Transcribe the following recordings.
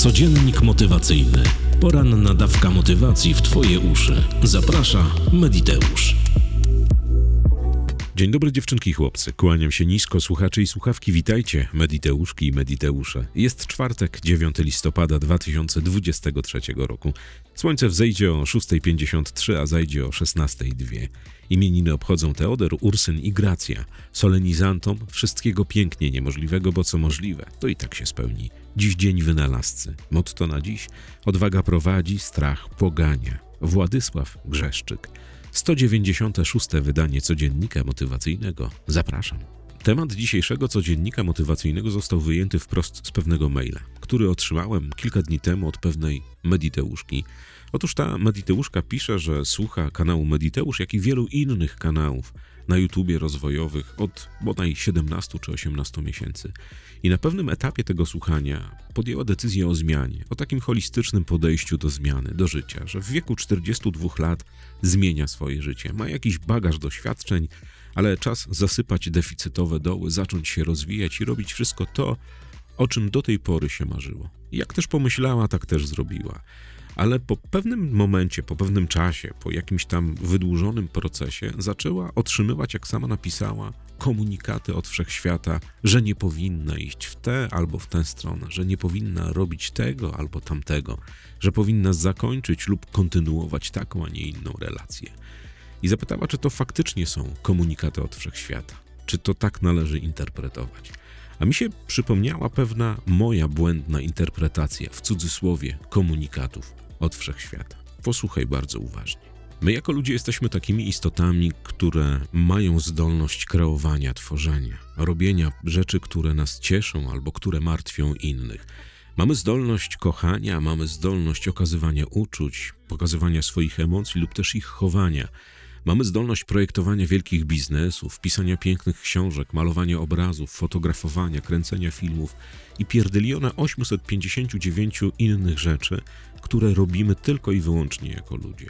Codziennik motywacyjny. Poranna dawka motywacji w Twoje uszy. Zaprasza Mediteusz. Dzień dobry dziewczynki i chłopcy, kłaniam się nisko, słuchacze i słuchawki, witajcie, Mediteuszki i Mediteusze. Jest czwartek, 9 listopada 2023 roku. Słońce wzejdzie o 6:53, a zajdzie o 16:02. Imieniny obchodzą Teodor, Ursyn i Gracja. Solenizantom wszystkiego pięknie niemożliwego, bo co możliwe, to i tak się spełni. Dziś dzień wynalazcy. Motto na dziś: odwaga prowadzi, strach pogania. Władysław Grzeszczyk. 196. wydanie Codziennika Motywacyjnego. Zapraszam. Temat dzisiejszego Codziennika Motywacyjnego został wyjęty wprost z pewnego maila, który otrzymałem kilka dni temu od pewnej Mediteuszki. Otóż ta Mediteuszka pisze, że słucha kanału Mediteusz, jak i wielu innych kanałów na YouTubie rozwojowych od bodaj 17 czy 18 miesięcy. I na pewnym etapie tego słuchania podjęła decyzję o zmianie, o takim holistycznym podejściu do zmiany, do życia, że w wieku 42 lat zmienia swoje życie. Ma jakiś bagaż doświadczeń, ale czas zasypać deficytowe doły, zacząć się rozwijać i robić wszystko to, o czym do tej pory się marzyło. I jak też pomyślała, tak też zrobiła. Ale po pewnym momencie, po pewnym czasie, po jakimś tam wydłużonym procesie zaczęła otrzymywać, jak sama napisała, komunikaty od wszechświata, że nie powinna iść w tę albo w tę stronę, że nie powinna robić tego albo tamtego, że powinna zakończyć lub kontynuować taką, a nie inną relację. I zapytała, czy to faktycznie są komunikaty od wszechświata, czy to tak należy interpretować. A mi się przypomniała pewna moja błędna interpretacja, w cudzysłowie, komunikatów od wszechświata. Posłuchaj bardzo uważnie. My jako ludzie jesteśmy takimi istotami, które mają zdolność kreowania, tworzenia, robienia rzeczy, które nas cieszą albo które martwią innych. Mamy zdolność kochania, mamy zdolność okazywania uczuć, pokazywania swoich emocji lub też ich chowania. Mamy zdolność projektowania wielkich biznesów, pisania pięknych książek, malowania obrazów, fotografowania, kręcenia filmów i pierdyliona 859 innych rzeczy, które robimy tylko i wyłącznie jako ludzie.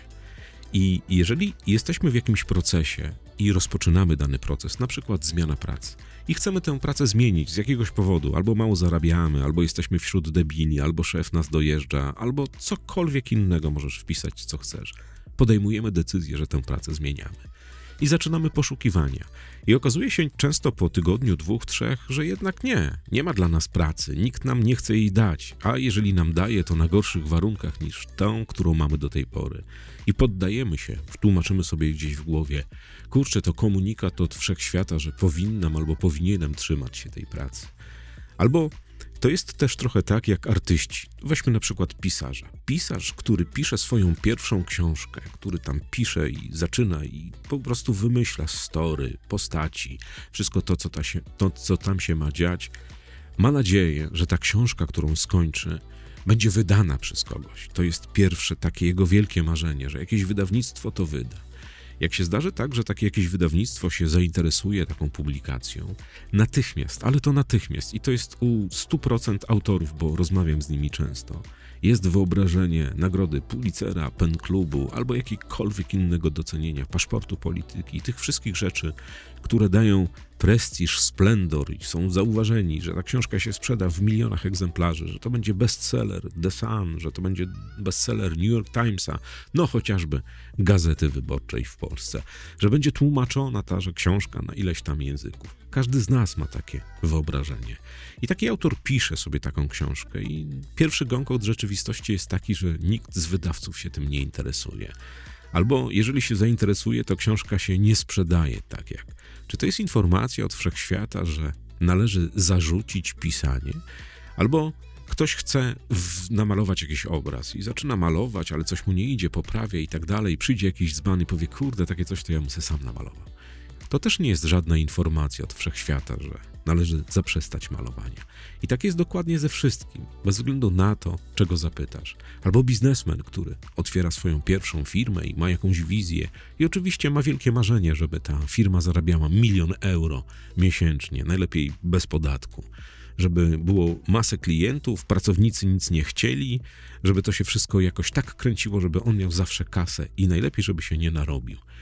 I jeżeli jesteśmy w jakimś procesie i rozpoczynamy dany proces, na przykład zmiana pracy, i chcemy tę pracę zmienić z jakiegoś powodu, albo mało zarabiamy, albo jesteśmy wśród debili, albo szef nas dojeżdża, albo cokolwiek innego możesz wpisać, co chcesz. Podejmujemy decyzję, że tę pracę zmieniamy. I zaczynamy poszukiwania. I okazuje się często po tygodniu, 2, 3, że jednak nie ma dla nas pracy, nikt nam nie chce jej dać, a jeżeli nam daje, to na gorszych warunkach niż tą, którą mamy do tej pory. I poddajemy się, tłumaczymy sobie gdzieś w głowie, kurczę, to komunikat od wszechświata, że powinnam albo powinienem trzymać się tej pracy. Albo to jest też trochę tak jak artyści. Weźmy na przykład pisarza. Pisarz, który pisze swoją pierwszą książkę, który tam pisze i zaczyna i po prostu wymyśla story, postaci, wszystko to, co tam się ma dziać, ma nadzieję, że ta książka, którą skończy, będzie wydana przez kogoś. To jest pierwsze takie jego wielkie marzenie, że jakieś wydawnictwo to wyda. Jak się zdarzy tak, że takie jakieś wydawnictwo się zainteresuje taką publikacją, natychmiast, ale to natychmiast, i to jest u 100% autorów, bo rozmawiam z nimi często, jest wyobrażenie nagrody Pulitzera, Pen Klubu albo jakiegokolwiek innego docenienia, paszportu polityki i tych wszystkich rzeczy, które dają prestiż, splendor i są zauważeni, że ta książka się sprzeda w milionach egzemplarzy, że to będzie bestseller The Sun, że to będzie bestseller New York Timesa, no chociażby Gazety Wyborczej w Polsce, że będzie tłumaczona taże książka na ileś tam języków. Każdy z nas ma takie wyobrażenie. I taki autor pisze sobie taką książkę i pierwszy gong od rzeczywistości jest taki, że nikt z wydawców się tym nie interesuje. Albo jeżeli się zainteresuje, to książka się nie sprzedaje tak jak. Czy to jest informacja od wszechświata, że należy zarzucić pisanie? Albo ktoś chce namalować jakiś obraz i zaczyna malować, ale coś mu nie idzie, poprawia i tak dalej. Przyjdzie jakiś dzban i powie, kurde, takie coś to ja bym sobie sam namalował. To też nie jest żadna informacja od wszechświata, że należy zaprzestać malowania. I tak jest dokładnie ze wszystkim, bez względu na to, czego zapytasz. Albo biznesmen, który otwiera swoją pierwszą firmę i ma jakąś wizję i oczywiście ma wielkie marzenie, żeby ta firma zarabiała 1 000 000 euro miesięcznie, najlepiej bez podatku. Żeby było masę klientów, pracownicy nic nie chcieli, żeby to się wszystko jakoś tak kręciło, żeby on miał zawsze kasę i najlepiej, żeby się nie narobił.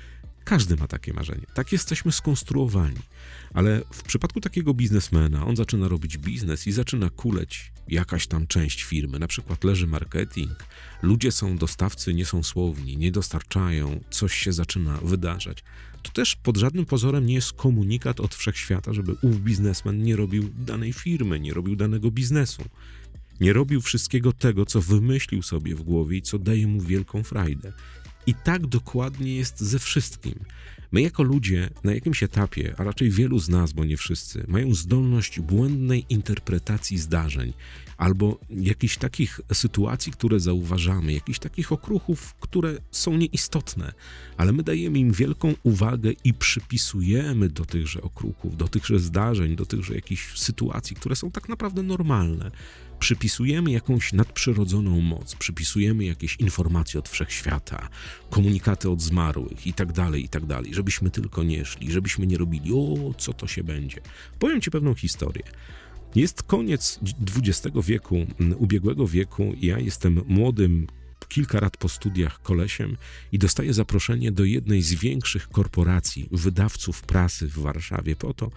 Każdy ma takie marzenie. Tak jesteśmy skonstruowani. Ale w przypadku takiego biznesmena, on zaczyna robić biznes i zaczyna kuleć jakaś tam część firmy. Na przykład leży marketing, ludzie są dostawcy, nie są słowni, nie dostarczają, coś się zaczyna wydarzać. To też pod żadnym pozorem nie jest komunikat od wszechświata, żeby ów biznesmen nie robił danej firmy, nie robił danego biznesu. Nie robił wszystkiego tego, co wymyślił sobie w głowie i co daje mu wielką frajdę. I tak dokładnie jest ze wszystkim. My jako ludzie na jakimś etapie, a raczej wielu z nas, bo nie wszyscy, mają zdolność błędnej interpretacji zdarzeń albo jakichś takich sytuacji, które zauważamy, jakichś takich okruchów, które są nieistotne, ale my dajemy im wielką uwagę i przypisujemy do tychże okruchów, do tychże zdarzeń, do tychże jakichś sytuacji, które są tak naprawdę normalne. Przypisujemy jakąś nadprzyrodzoną moc, przypisujemy jakieś informacje od wszechświata, komunikaty od zmarłych i tak dalej, żebyśmy tylko nie szli, żebyśmy nie robili, co to się będzie. Powiem Ci pewną historię. Jest koniec XX wieku, ubiegłego wieku, ja jestem młodym, kilka lat po studiach kolesiem i dostaję zaproszenie do jednej z większych korporacji, wydawców prasy w Warszawie po to,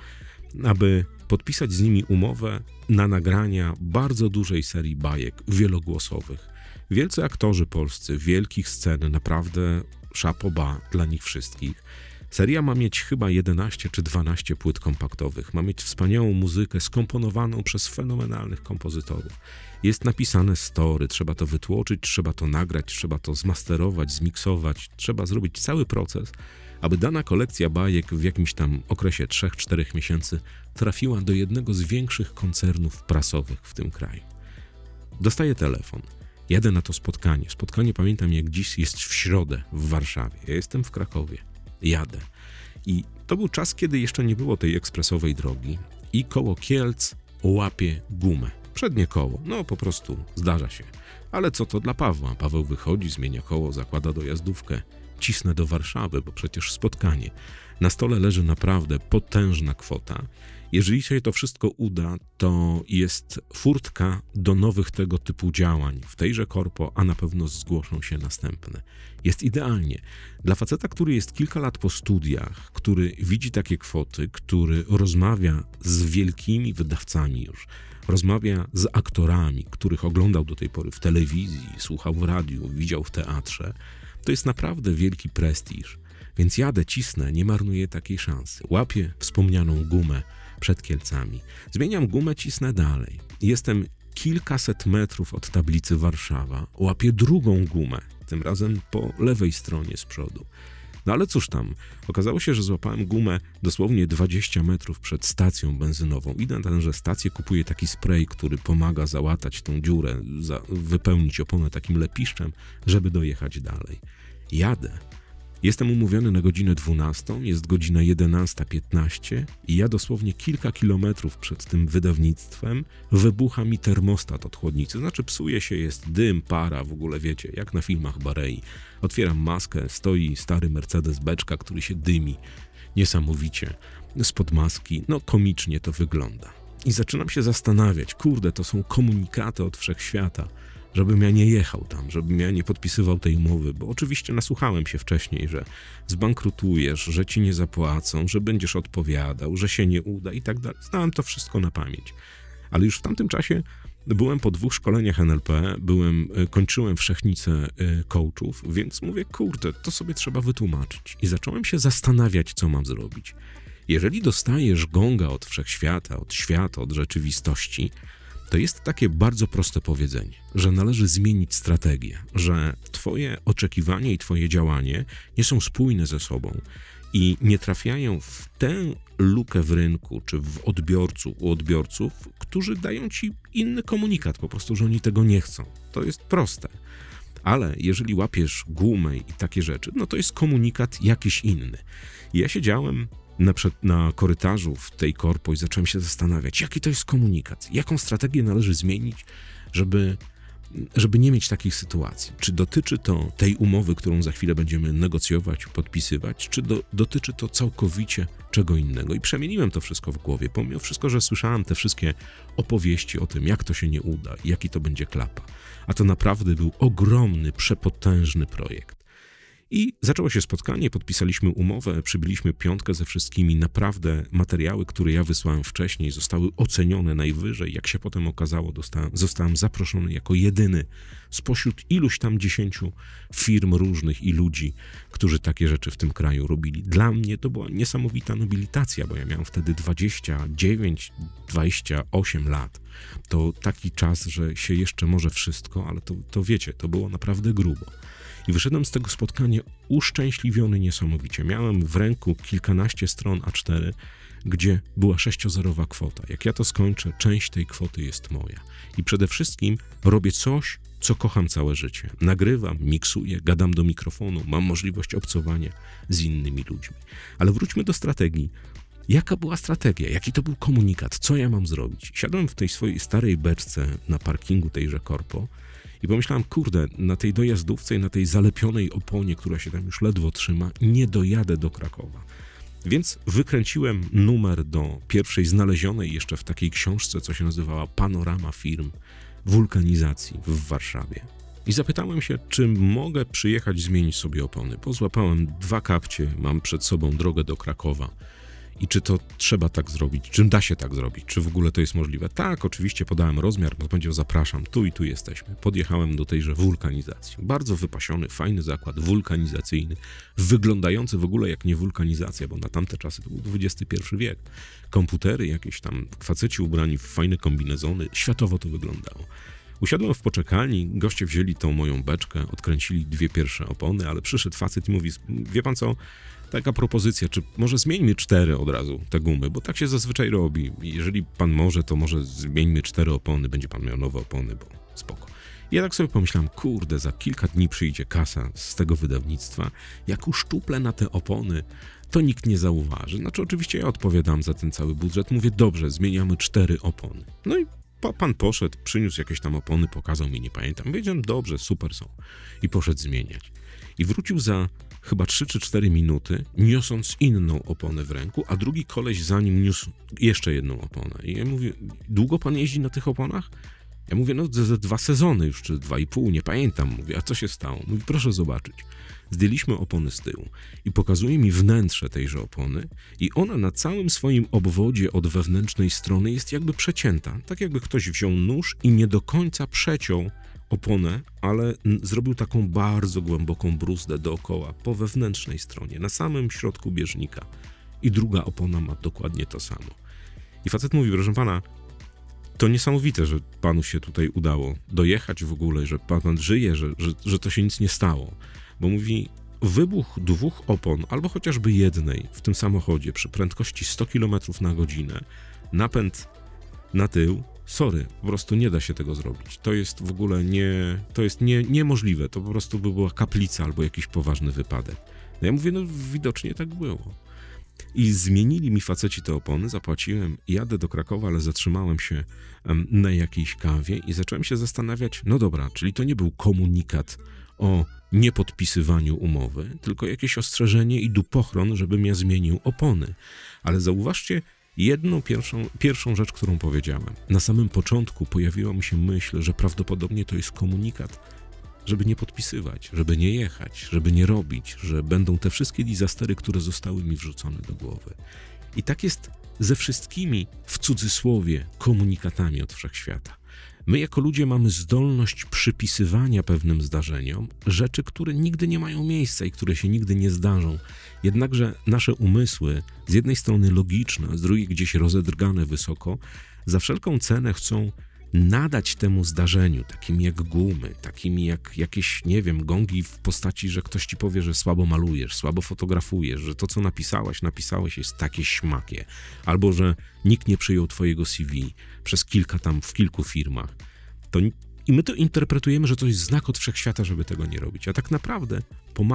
aby podpisać z nimi umowę na nagrania bardzo dużej serii bajek wielogłosowych. Wielcy aktorzy polscy, wielkich scen, naprawdę chapeau bas dla nich wszystkich. Seria ma mieć chyba 11 czy 12 płyt kompaktowych. Ma mieć wspaniałą muzykę skomponowaną przez fenomenalnych kompozytorów. Jest napisane story, trzeba to wytłoczyć, trzeba to nagrać, trzeba to zmasterować, zmiksować. Trzeba zrobić cały proces, aby dana kolekcja bajek w jakimś tam okresie 3-4 miesięcy trafiła do jednego z większych koncernów prasowych w tym kraju. Dostaję telefon. Jadę na to spotkanie. Spotkanie pamiętam jak dziś, jest w środę w Warszawie. Ja jestem w Krakowie. Jadę. I to był czas, kiedy jeszcze nie było tej ekspresowej drogi i koło Kielc łapie gumę. Przednie koło. No po prostu zdarza się. Ale co to dla Pawła? Paweł wychodzi, zmienia koło, zakłada dojazdówkę. Cisnę do Warszawy, bo przecież spotkanie. Na stole leży naprawdę potężna kwota. Jeżeli się to wszystko uda, to jest furtka do nowych tego typu działań w tejże korpo, a na pewno zgłoszą się następne. Jest idealnie. Dla faceta, który jest kilka lat po studiach, który widzi takie kwoty, który rozmawia z wielkimi wydawcami już, rozmawia z aktorami, których oglądał do tej pory w telewizji, słuchał w radiu, widział w teatrze, to jest naprawdę wielki prestiż. Więc jadę, cisnę, nie marnuję takiej szansy. Łapię wspomnianą gumę przed Kielcami. Zmieniam gumę, cisnę dalej. Jestem kilkaset metrów od tablicy Warszawa. Łapię drugą gumę, tym razem po lewej stronie z przodu. No ale cóż tam, okazało się, że złapałem gumę dosłownie 20 metrów przed stacją benzynową. Idę na tęże stację, kupuję taki spray, który pomaga załatać tą dziurę, wypełnić oponę takim lepiszczem, żeby dojechać dalej. Jadę. Jestem umówiony na godzinę 12, jest godzina 11:15 i ja dosłownie kilka kilometrów przed tym wydawnictwem wybucha mi termostat od chłodnicy. Znaczy psuje się, jest dym, para, w ogóle wiecie, jak na filmach Barei. Otwieram maskę, stoi stary Mercedes beczka, który się dymi niesamowicie spod maski. No komicznie to wygląda. I zaczynam się zastanawiać, kurde, to są komunikaty od wszechświata, żebym ja nie jechał tam, żebym ja nie podpisywał tej umowy, bo oczywiście nasłuchałem się wcześniej, że zbankrutujesz, że ci nie zapłacą, że będziesz odpowiadał, że się nie uda i tak dalej. Znałem to wszystko na pamięć. Ale już w tamtym czasie byłem po 2 szkoleniach NLP, kończyłem wszechnicę coachów, więc mówię, kurde, to sobie trzeba wytłumaczyć. I zacząłem się zastanawiać, co mam zrobić. Jeżeli dostajesz gonga od wszechświata, od świata, od rzeczywistości, to jest takie bardzo proste powiedzenie, że należy zmienić strategię, że twoje oczekiwanie i twoje działanie nie są spójne ze sobą i nie trafiają w tę lukę w rynku czy u odbiorców, którzy dają ci inny komunikat, po prostu, że oni tego nie chcą. To jest proste. Ale jeżeli łapiesz gumę i takie rzeczy, no to jest komunikat jakiś inny. Ja siedziałem na korytarzu w tej korpo i zacząłem się zastanawiać, jaki to jest komunikat, jaką strategię należy zmienić, żeby nie mieć takich sytuacji. Czy dotyczy to tej umowy, którą za chwilę będziemy negocjować, podpisywać, czy dotyczy to całkowicie czego innego. I przemieniłem to wszystko w głowie, pomimo wszystko, że słyszałem te wszystkie opowieści o tym, jak to się nie uda, jaki to będzie klapa. A to naprawdę był ogromny, przepotężny projekt. I zaczęło się spotkanie, podpisaliśmy umowę, przybyliśmy piątkę ze wszystkimi. Naprawdę materiały, które ja wysłałem wcześniej, zostały ocenione najwyżej. Jak się potem okazało, zostałem zaproszony jako jedyny spośród iluś tam 10 firm różnych i ludzi, którzy takie rzeczy w tym kraju robili. Dla mnie to była niesamowita nobilitacja, bo ja miałem wtedy 29, 28 lat. To taki czas, że się jeszcze może wszystko, ale to wiecie, to było naprawdę grubo. I wyszedłem z tego spotkania uszczęśliwiony niesamowicie. Miałem w ręku kilkanaście stron A4, gdzie była 6-zerowa kwota. Jak ja to skończę, część tej kwoty jest moja. I przede wszystkim robię coś, co kocham całe życie. Nagrywam, miksuję, gadam do mikrofonu, mam możliwość obcowania z innymi ludźmi. Ale wróćmy do strategii. Jaka była strategia? Jaki to był komunikat? Co ja mam zrobić? Siadłem w tej swojej starej beczce na parkingu tejże korpo i pomyślałem, kurde, na tej dojazdówce i na tej zalepionej oponie, która się tam już ledwo trzyma, nie dojadę do Krakowa. Więc wykręciłem numer do pierwszej znalezionej jeszcze w takiej książce, co się nazywała Panorama Firm Wulkanizacji w Warszawie. I zapytałem się, czy mogę przyjechać zmienić sobie opony. Pozłapałem 2 kapcie, mam przed sobą drogę do Krakowa. I czy to trzeba tak zrobić? Czy da się tak zrobić? Czy w ogóle to jest możliwe? Tak, oczywiście podałem rozmiar, bo powiedział, zapraszam, tu i tu jesteśmy. Podjechałem do tejże wulkanizacji. Bardzo wypasiony, fajny zakład wulkanizacyjny, wyglądający w ogóle jak nie wulkanizacja, bo na tamte czasy to był XXI wiek. Komputery, jakieś tam faceci ubrani w fajne kombinezony, światowo to wyglądało. Usiadłem w poczekalni, goście wzięli tą moją beczkę, odkręcili 2 pierwsze opony, ale przyszedł facet i mówi, wie pan co, taka propozycja, czy może zmieńmy 4 od razu te gumy, bo tak się zazwyczaj robi. Jeżeli pan może, to może zmieńmy 4 opony, będzie pan miał nowe opony, bo spoko. I ja tak sobie pomyślałem, kurde, za kilka dni przyjdzie kasa z tego wydawnictwa, jak uszczuplę na te opony, to nikt nie zauważy. Znaczy oczywiście ja odpowiadam za ten cały budżet, mówię, dobrze, zmieniamy 4 opony. No i pan poszedł, przyniósł jakieś tam opony, pokazał mi, nie pamiętam. Wiedziałem, dobrze, super są. I poszedł zmieniać. I wrócił za chyba 3 czy 4 minuty, niosąc inną oponę w ręku, a drugi koleś za nim niósł jeszcze jedną oponę. I ja mówię, długo pan jeździ na tych oponach? Ja mówię, no ze 2 sezony już, czy 2,5, nie pamiętam. Mówię, a co się stało? Mówi, proszę zobaczyć. Zdjęliśmy opony z tyłu i pokazuje mi wnętrze tejże opony i ona na całym swoim obwodzie od wewnętrznej strony jest jakby przecięta. Tak jakby ktoś wziął nóż i nie do końca przeciął oponę, ale zrobił taką bardzo głęboką bruzdę dookoła po wewnętrznej stronie, na samym środku bieżnika. I druga opona ma dokładnie to samo. I facet mówi, proszę pana, to niesamowite, że panu się tutaj udało dojechać w ogóle, że pan żyje, że to się nic nie stało. Bo mówi, wybuch 2 opon, albo chociażby jednej w tym samochodzie przy prędkości 100 km na godzinę, napęd na tył, sorry, po prostu nie da się tego zrobić. To jest w ogóle niemożliwe. To po prostu by była kaplica albo jakiś poważny wypadek. No ja mówię, no widocznie tak było. I zmienili mi faceci te opony, zapłaciłem, jadę do Krakowa, ale zatrzymałem się na jakiejś kawie i zacząłem się zastanawiać, no dobra, czyli to nie był komunikat o niepodpisywaniu umowy, tylko jakieś ostrzeżenie i dupochron, żebym ja zmienił opony. Ale zauważcie jedną pierwszą rzecz, którą powiedziałem. Na samym początku pojawiła mi się myśl, że prawdopodobnie to jest komunikat, żeby nie podpisywać, żeby nie jechać, żeby nie robić, że będą te wszystkie disastery, które zostały mi wrzucone do głowy. I tak jest ze wszystkimi, w cudzysłowie, komunikatami od wszechświata. My jako ludzie mamy zdolność przypisywania pewnym zdarzeniom rzeczy, które nigdy nie mają miejsca i które się nigdy nie zdarzą. Jednakże nasze umysły, z jednej strony logiczne, a z drugiej gdzieś rozedrgane wysoko, za wszelką cenę chcą nadać temu zdarzeniu, takim jak gumy, takimi jak jakieś, nie wiem, gongi w postaci, że ktoś ci powie, że słabo malujesz, słabo fotografujesz, że to, co napisałeś jest takie śmakie, albo że nikt nie przyjął twojego CV przez w kilku firmach. I my to interpretujemy, że to jest znak od wszechświata, żeby tego nie robić. A tak naprawdę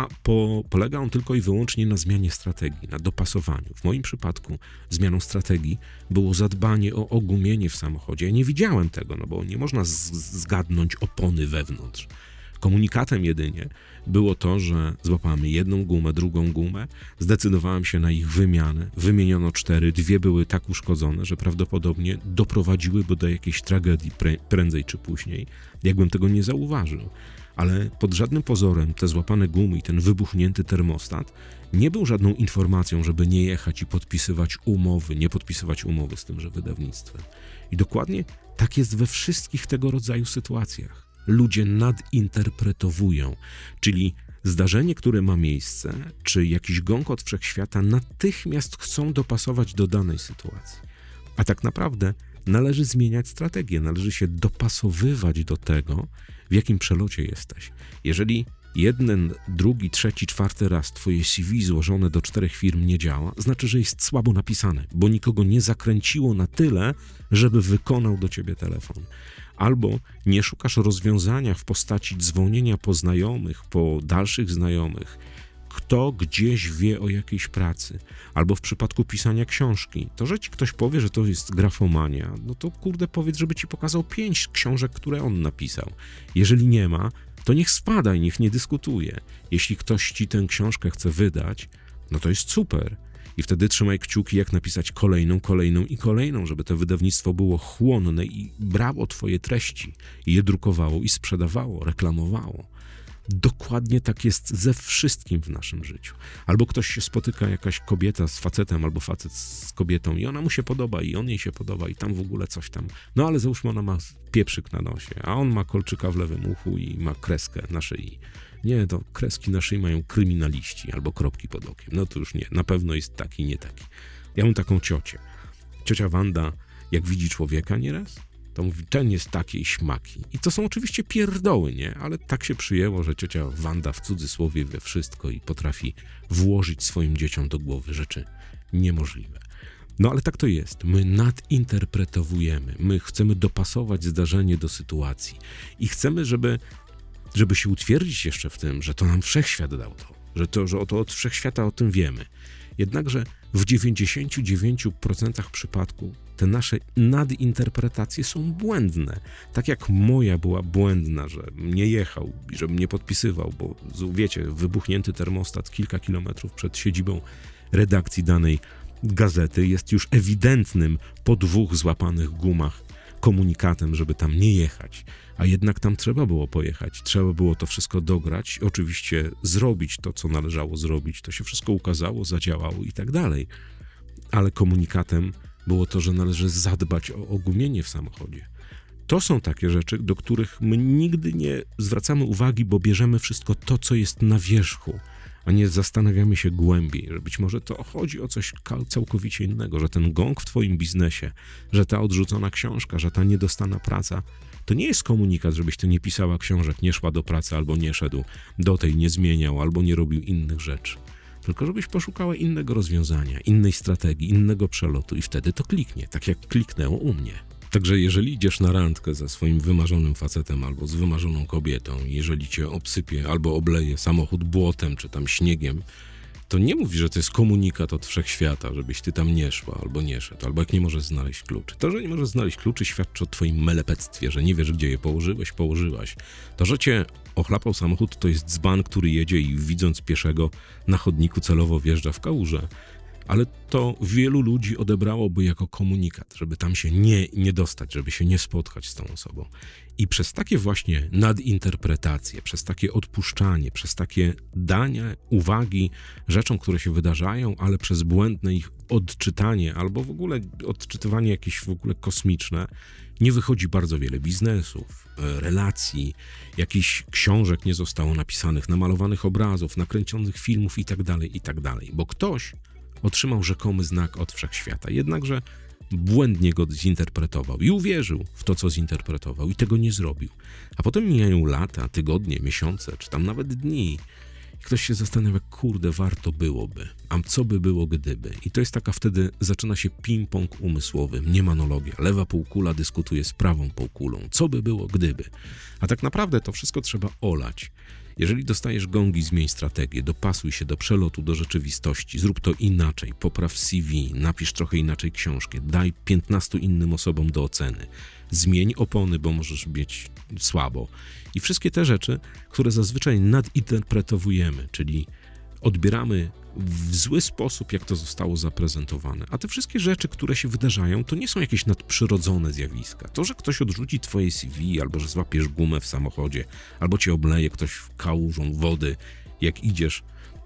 polega on tylko i wyłącznie na zmianie strategii, na dopasowaniu. W moim przypadku zmianą strategii było zadbanie o ogumienie w samochodzie. Ja nie widziałem tego, no bo nie można zgadnąć opony wewnątrz. Komunikatem jedynie było to, że złapałem jedną gumę, drugą gumę, zdecydowałem się na ich wymianę, wymieniono 4, 2 były tak uszkodzone, że prawdopodobnie doprowadziłyby do jakiejś tragedii prędzej czy później, jakbym tego nie zauważył. ale pod żadnym pozorem te złapane gumy i ten wybuchnięty termostat nie był żadną informacją, żeby nie jechać i podpisywać umowy, nie podpisywać umowy z tymże wydawnictwem. I dokładnie tak jest we wszystkich tego rodzaju sytuacjach. Ludzie nadinterpretowują, czyli zdarzenie, które ma miejsce, czy jakiś gong od wszechświata natychmiast chcą dopasować do danej sytuacji. A tak naprawdę należy zmieniać strategię, należy się dopasowywać do tego, w jakim przelocie jesteś. Jeżeli jeden, drugi, trzeci, czwarty raz twoje CV złożone do 4 firm nie działa, znaczy, że jest słabo napisane, bo nikogo nie zakręciło na tyle, żeby wykonał do ciebie telefon. Albo nie szukasz rozwiązania w postaci dzwonienia po znajomych, po dalszych znajomych, kto gdzieś wie o jakiejś pracy, albo w przypadku pisania książki, to, że ci ktoś powie, że to jest grafomania, no to kurde powiedz, żeby ci pokazał 5 książek, które on napisał. Jeżeli nie ma, to niech spada i niech nie dyskutuje. Jeśli ktoś ci tę książkę chce wydać, no to jest super. I wtedy trzymaj kciuki, jak napisać kolejną, żeby to wydawnictwo było chłonne i brało twoje treści i je drukowało i sprzedawało, reklamowało. Dokładnie tak jest ze wszystkim w naszym życiu. Albo ktoś się spotyka, jakaś kobieta z facetem, albo facet z kobietą i ona mu się podoba i on jej się podoba i tam w ogóle coś tam. No ale załóżmy, ona ma pieprzyk na nosie, a on ma kolczyka w lewym uchu i ma kreskę na szyi. Nie, to kreski na szyi mają kryminaliści albo kropki pod okiem. No to już nie, na pewno jest taki, nie taki. Ja mam taką ciocię. Ciocia Wanda, jak widzi człowieka nieraz, to mówi, ten jest takiej śmaki. I to są oczywiście pierdoły, nie? Ale tak się przyjęło, że ciocia Wanda w cudzysłowie wie wszystko i potrafi włożyć swoim dzieciom do głowy rzeczy niemożliwe. No ale tak to jest. My nadinterpretowujemy. My chcemy dopasować zdarzenie do sytuacji. I chcemy, żeby się utwierdzić jeszcze w tym, że to nam wszechświat dał że oto od wszechświata o tym wiemy. Jednakże w 99% przypadków te nasze nadinterpretacje są błędne. Tak jak moja była błędna, że nie jechał i żebym nie podpisywał, bo wiecie, wybuchnięty termostat kilka kilometrów przed siedzibą redakcji danej gazety jest już ewidentnym po 2 złapanych gumach komunikatem, żeby tam nie jechać. A jednak tam trzeba było pojechać, trzeba było to wszystko dograć, oczywiście zrobić to, co należało zrobić, to się wszystko ukazało, zadziałało i tak dalej. Ale komunikatem było to, że należy zadbać o ogumienie w samochodzie. To są takie rzeczy, do których my nigdy nie zwracamy uwagi, bo bierzemy wszystko to, co jest na wierzchu, a nie zastanawiamy się głębiej, że być może to chodzi o coś całkowicie innego, że ten gong w twoim biznesie, że ta odrzucona książka, że ta niedostana praca, to nie jest komunikat, żebyś ty nie pisała książek, nie szła do pracy, albo nie szedł do tej, nie zmieniał, albo nie robił innych rzeczy. Tylko żebyś poszukała innego rozwiązania, innej strategii, innego przelotu i wtedy to kliknie, tak jak kliknęło u mnie. Także jeżeli idziesz na randkę ze swoim wymarzonym facetem albo z wymarzoną kobietą, jeżeli cię obsypie albo obleje samochód błotem czy tam śniegiem, to nie mów, że to jest komunikat od wszechświata, żebyś ty tam nie szła albo nie szedł, albo jak nie możesz znaleźć kluczy. To, że nie możesz znaleźć kluczy, świadczy o twoim melepectwie, że nie wiesz, gdzie je położyłaś. To, że cię ochlapał samochód, to jest dzban, który jedzie i widząc pieszego na chodniku celowo wjeżdża w kałużę. Ale to wielu ludzi odebrałoby jako komunikat, żeby tam się nie dostać, żeby się nie spotkać z tą osobą. I przez takie właśnie nadinterpretacje, przez takie odpuszczanie, przez takie danie uwagi rzeczom, które się wydarzają, ale przez błędne ich odczytanie albo w ogóle odczytywanie jakieś w ogóle kosmiczne, nie wychodzi bardzo wiele biznesów, relacji, jakichś książek nie zostało napisanych, namalowanych obrazów, nakręconych filmów itd., bo ktoś otrzymał rzekomy znak od wszechświata, jednakże błędnie go zinterpretował i uwierzył w to, co zinterpretował i tego nie zrobił. A potem mijają lata, tygodnie, miesiące, czy tam nawet dni i ktoś się zastanawia, kurde, warto byłoby, a co by było gdyby? I to jest taka wtedy, zaczyna się ping-pong umysłowy, mnemonologia. Lewa półkula dyskutuje z prawą półkulą. Co by było gdyby? A tak naprawdę to wszystko trzeba olać. Jeżeli dostajesz gongi, zmień strategię, dopasuj się do przelotu, do rzeczywistości, zrób to inaczej, popraw CV, napisz trochę inaczej książkę, daj 15 innym osobom do oceny, zmień opony, bo możesz mieć słabo. I wszystkie te rzeczy, które zazwyczaj nadinterpretowujemy, czyli odbieramy w zły sposób, jak to zostało zaprezentowane. A te wszystkie rzeczy, które się wydarzają, to nie są jakieś nadprzyrodzone zjawiska. To, że ktoś odrzuci twoje CV, albo że złapiesz gumę w samochodzie, albo cię obleje ktoś kałużą wody, jak idziesz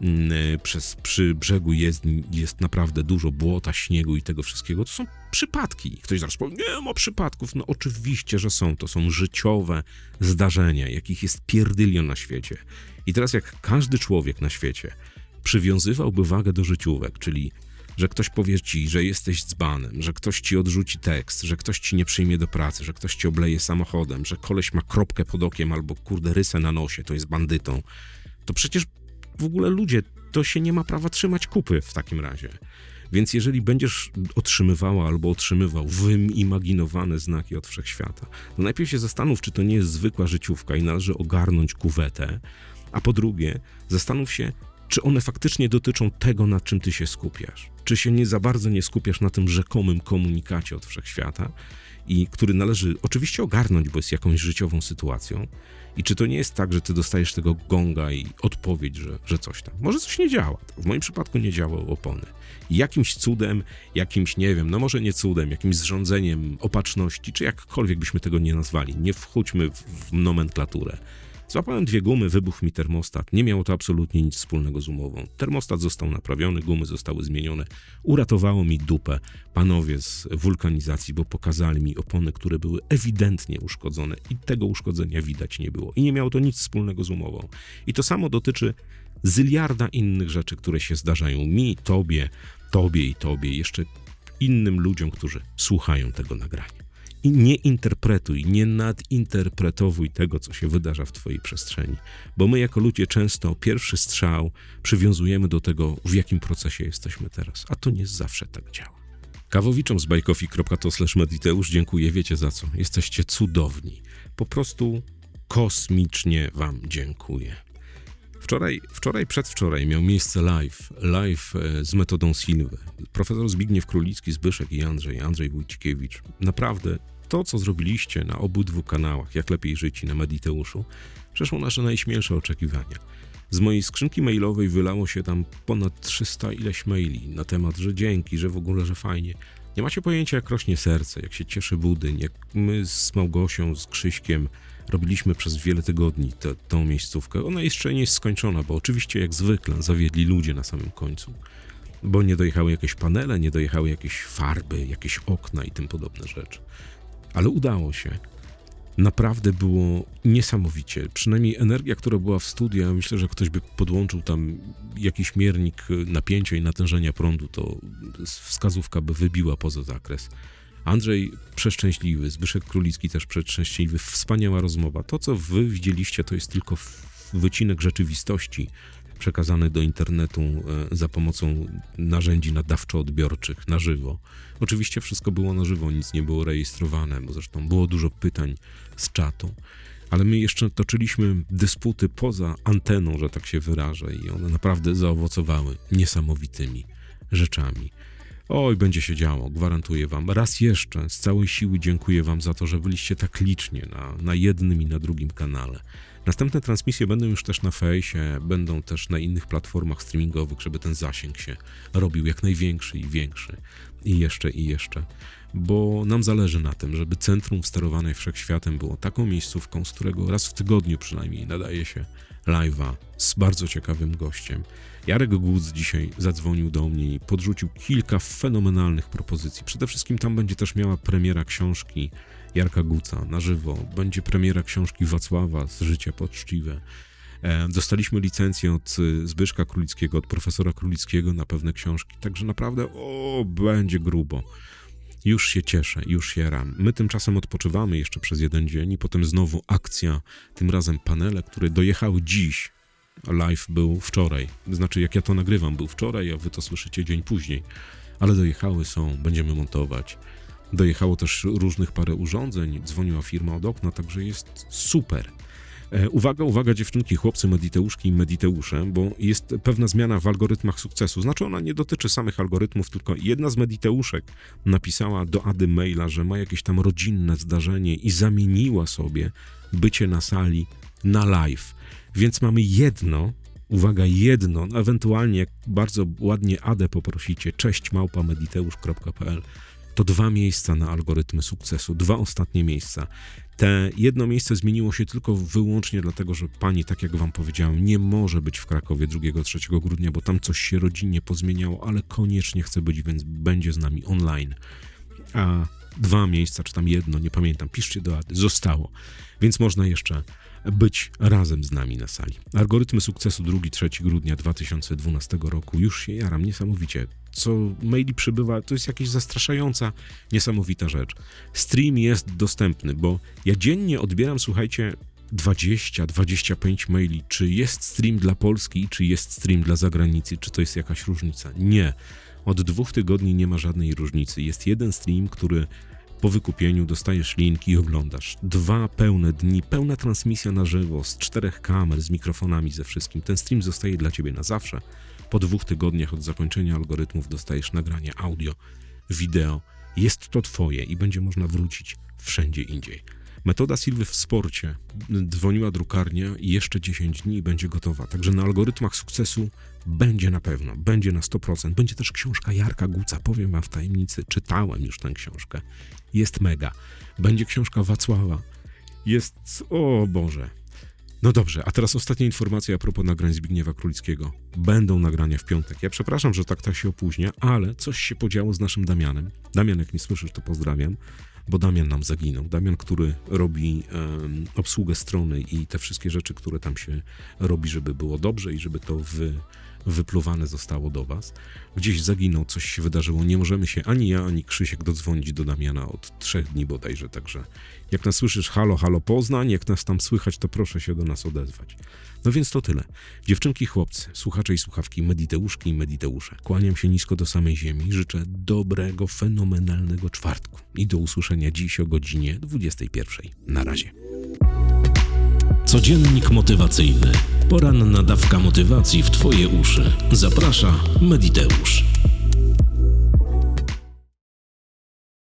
przy brzegu jest naprawdę dużo błota, śniegu i tego wszystkiego. To są przypadki. Ktoś zaraz powie, nie ma przypadków. No oczywiście, że są. To są życiowe zdarzenia, jakich jest pierdylion na świecie. I teraz jak każdy człowiek na świecie przywiązywałby wagę do życiówek, czyli że ktoś powie ci, że jesteś dzbanem, że ktoś ci odrzuci tekst, że ktoś ci nie przyjmie do pracy, że ktoś ci obleje samochodem, że koleś ma kropkę pod okiem albo rysę na nosie, to jest bandytą, to przecież w ogóle ludzie, to się nie ma prawa trzymać kupy w takim razie. Więc jeżeli będziesz otrzymywała albo otrzymywał wyimaginowane znaki od wszechświata, to najpierw się zastanów, czy to nie jest zwykła życiówka i należy ogarnąć kuwetę, a po drugie zastanów się, czy one faktycznie dotyczą tego, nad czym ty się skupiasz. Czy się nie za bardzo nie skupiasz na tym rzekomym komunikacie od wszechświata, i który należy oczywiście ogarnąć, bo jest jakąś życiową sytuacją. I czy to nie jest tak, że ty dostajesz tego gonga i odpowiedź, że coś tam. Może coś nie działa. W moim przypadku nie działały opony. I jakimś cudem, nie wiem, no może nie cudem, jakimś zrządzeniem opatrzności, czy jakkolwiek byśmy tego nie nazwali. Nie wchódźmy w nomenklaturę. Złapałem 2 gumy, wybuchł mi termostat. Nie miało to absolutnie nic wspólnego z umową. Termostat został naprawiony, gumy zostały zmienione. Uratowało mi dupę panowie z wulkanizacji, bo pokazali mi opony, które były ewidentnie uszkodzone i tego uszkodzenia widać nie było. I nie miało to nic wspólnego z umową. I to samo dotyczy zyliarda innych rzeczy, które się zdarzają mi, tobie i tobie, jeszcze innym ludziom, którzy słuchają tego nagrania. I nie interpretuj, nie nadinterpretowuj tego, co się wydarza w twojej przestrzeni. Bo my jako ludzie często pierwszy strzał przywiązujemy do tego, w jakim procesie jesteśmy teraz. A to nie zawsze tak działa. Kawowiczom z bajkofi.to/mediteusz dziękuję, wiecie za co. Jesteście cudowni. Po prostu kosmicznie wam dziękuję. Przedwczoraj miał miejsce live z metodą Silwy. Profesor Zbigniew Królicki, Zbyszek i Andrzej Wójcikiewicz. Naprawdę to, co zrobiliście na obydwu kanałach, Jak Lepiej Żyć i na Mediteuszu, przeszło nasze najśmielsze oczekiwania. Z mojej skrzynki mailowej wylało się tam ponad 300 ileś maili na temat, że dzięki, że w ogóle, że fajnie. Nie macie pojęcia, jak rośnie serce, jak się cieszy budyń, jak my z Małgosią, z Krzyśkiem robiliśmy przez wiele tygodni tą miejscówkę. Ona jeszcze nie jest skończona, bo oczywiście jak zwykle zawiedli ludzie na samym końcu, bo nie dojechały jakieś panele, nie dojechały jakieś farby, jakieś okna i tym podobne rzeczy. Ale udało się. Naprawdę było niesamowicie. Przynajmniej energia, która była w studiu, ja myślę, że ktoś by podłączył tam jakiś miernik napięcia i natężenia prądu, to wskazówka by wybiła poza zakres. Andrzej przeszczęśliwy, Zbyszek Królicki też przeszczęśliwy, wspaniała rozmowa. To, co wy widzieliście, to jest tylko wycinek rzeczywistości przekazany do internetu za pomocą narzędzi nadawczo-odbiorczych na żywo. Oczywiście wszystko było na żywo, nic nie było rejestrowane, bo zresztą było dużo pytań z czatu. Ale my jeszcze toczyliśmy dysputy poza anteną, że tak się wyrażę, i one naprawdę zaowocowały niesamowitymi rzeczami. Oj, będzie się działo, gwarantuję wam. Raz jeszcze z całej siły dziękuję wam za to, że byliście tak licznie na jednym i na drugim kanale. Następne transmisje będą już też na fejsie, będą też na innych platformach streamingowych, żeby ten zasięg się robił jak największy i większy. I jeszcze. Bo nam zależy na tym, żeby Centrum Sterowane Wszechświatem było taką miejscówką, z którego raz w tygodniu przynajmniej nadaje się live'a z bardzo ciekawym gościem. Jarek Guc dzisiaj zadzwonił do mnie i podrzucił kilka fenomenalnych propozycji. Przede wszystkim tam będzie też miała premiera książki Jarka Guca na żywo. Będzie premiera książki Wacława z Życie Poczciwe. Dostaliśmy licencję od Zbyszka Królickiego, od profesora Królickiego na pewne książki. Także naprawdę, będzie grubo. Już się cieszę, już się jaram. My tymczasem odpoczywamy jeszcze przez 1 dzień i potem znowu akcja, tym razem panele, które dojechały dziś. Live był wczoraj. Znaczy, jak ja to nagrywam, był wczoraj, a wy to słyszycie dzień później. Ale dojechały są, będziemy montować. Dojechało też różnych parę urządzeń, dzwoniła firma od okna, także jest super. Uwaga dziewczynki, chłopcy, mediteuszki i mediteusze, bo jest pewna zmiana w algorytmach sukcesu. Znaczy ona nie dotyczy samych algorytmów, tylko jedna z mediteuszek napisała do Ady maila, że ma jakieś tam rodzinne zdarzenie i zamieniła sobie bycie na sali na live. Więc mamy jedno uwaga, jedno, ewentualnie jak bardzo ładnie Adę poprosicie, cześć@mediteusz.pl, to 2 miejsca na algorytmy sukcesu, 2 ostatnie miejsca. Te jedno miejsce zmieniło się tylko wyłącznie dlatego, że pani, tak jak wam powiedziałem, nie może być w Krakowie 2-3 grudnia, bo tam coś się rodzinnie pozmieniało, ale koniecznie chce być, więc będzie z nami online. A 2 miejsca, czy tam jedno, nie pamiętam, piszcie do Ady, zostało. Więc można jeszcze być razem z nami na sali. Algorytmy sukcesu 2-3 grudnia 2012 roku. Już się jaram niesamowicie. Co maili przybywa, to jest jakaś zastraszająca, niesamowita rzecz. Stream jest dostępny, bo ja dziennie odbieram, słuchajcie, 20-25 maili, czy jest stream dla Polski, czy jest stream dla zagranicy, czy to jest jakaś różnica. Nie. Od 2 tygodni nie ma żadnej różnicy. Jest jeden stream, który po wykupieniu dostajesz link i oglądasz. 2 pełne dni, pełna transmisja na żywo, z 4 kamer, z mikrofonami, ze wszystkim. Ten stream zostaje dla ciebie na zawsze. Po 2 tygodniach od zakończenia algorytmów dostajesz nagranie audio, wideo. Jest to twoje i będzie można wrócić wszędzie indziej. Metoda Silwy w sporcie. Dzwoniła drukarnia i jeszcze 10 dni będzie gotowa. Także na algorytmach sukcesu będzie na pewno, będzie na 100%. Będzie też książka Jarka Guca. Powiem wam w tajemnicy, czytałem już tę książkę. Jest mega. Będzie książka Wacława. Jest, o Boże. No dobrze, a teraz ostatnia informacja a propos nagrań Zbigniewa Królickiego. Będą nagrania w piątek. Ja przepraszam, że tak się opóźnia, ale coś się podziało z naszym Damianem. Damian, jak mnie słyszysz, to pozdrawiam, bo Damian nam zaginął. Damian, który robi obsługę strony i te wszystkie rzeczy, które tam się robi, żeby było dobrze i żeby to wypluwane zostało do was. Gdzieś zaginął, coś się wydarzyło. Nie możemy się ani ja, ani Krzysiek dodzwonić do Damiana od 3 dni bodajże, także jak nas słyszysz, halo, halo Poznań, jak nas tam słychać, to proszę się do nas odezwać. No więc to tyle. Dziewczynki, chłopcy, słuchacze i słuchawki, Mediteuszki i Mediteusze. Kłaniam się nisko do samej ziemi. Życzę dobrego, fenomenalnego czwartku. I do usłyszenia dziś o godzinie 21. Na razie. Codziennik motywacyjny. Poranna dawka motywacji w twoje uszy. Zaprasza Mediteusz.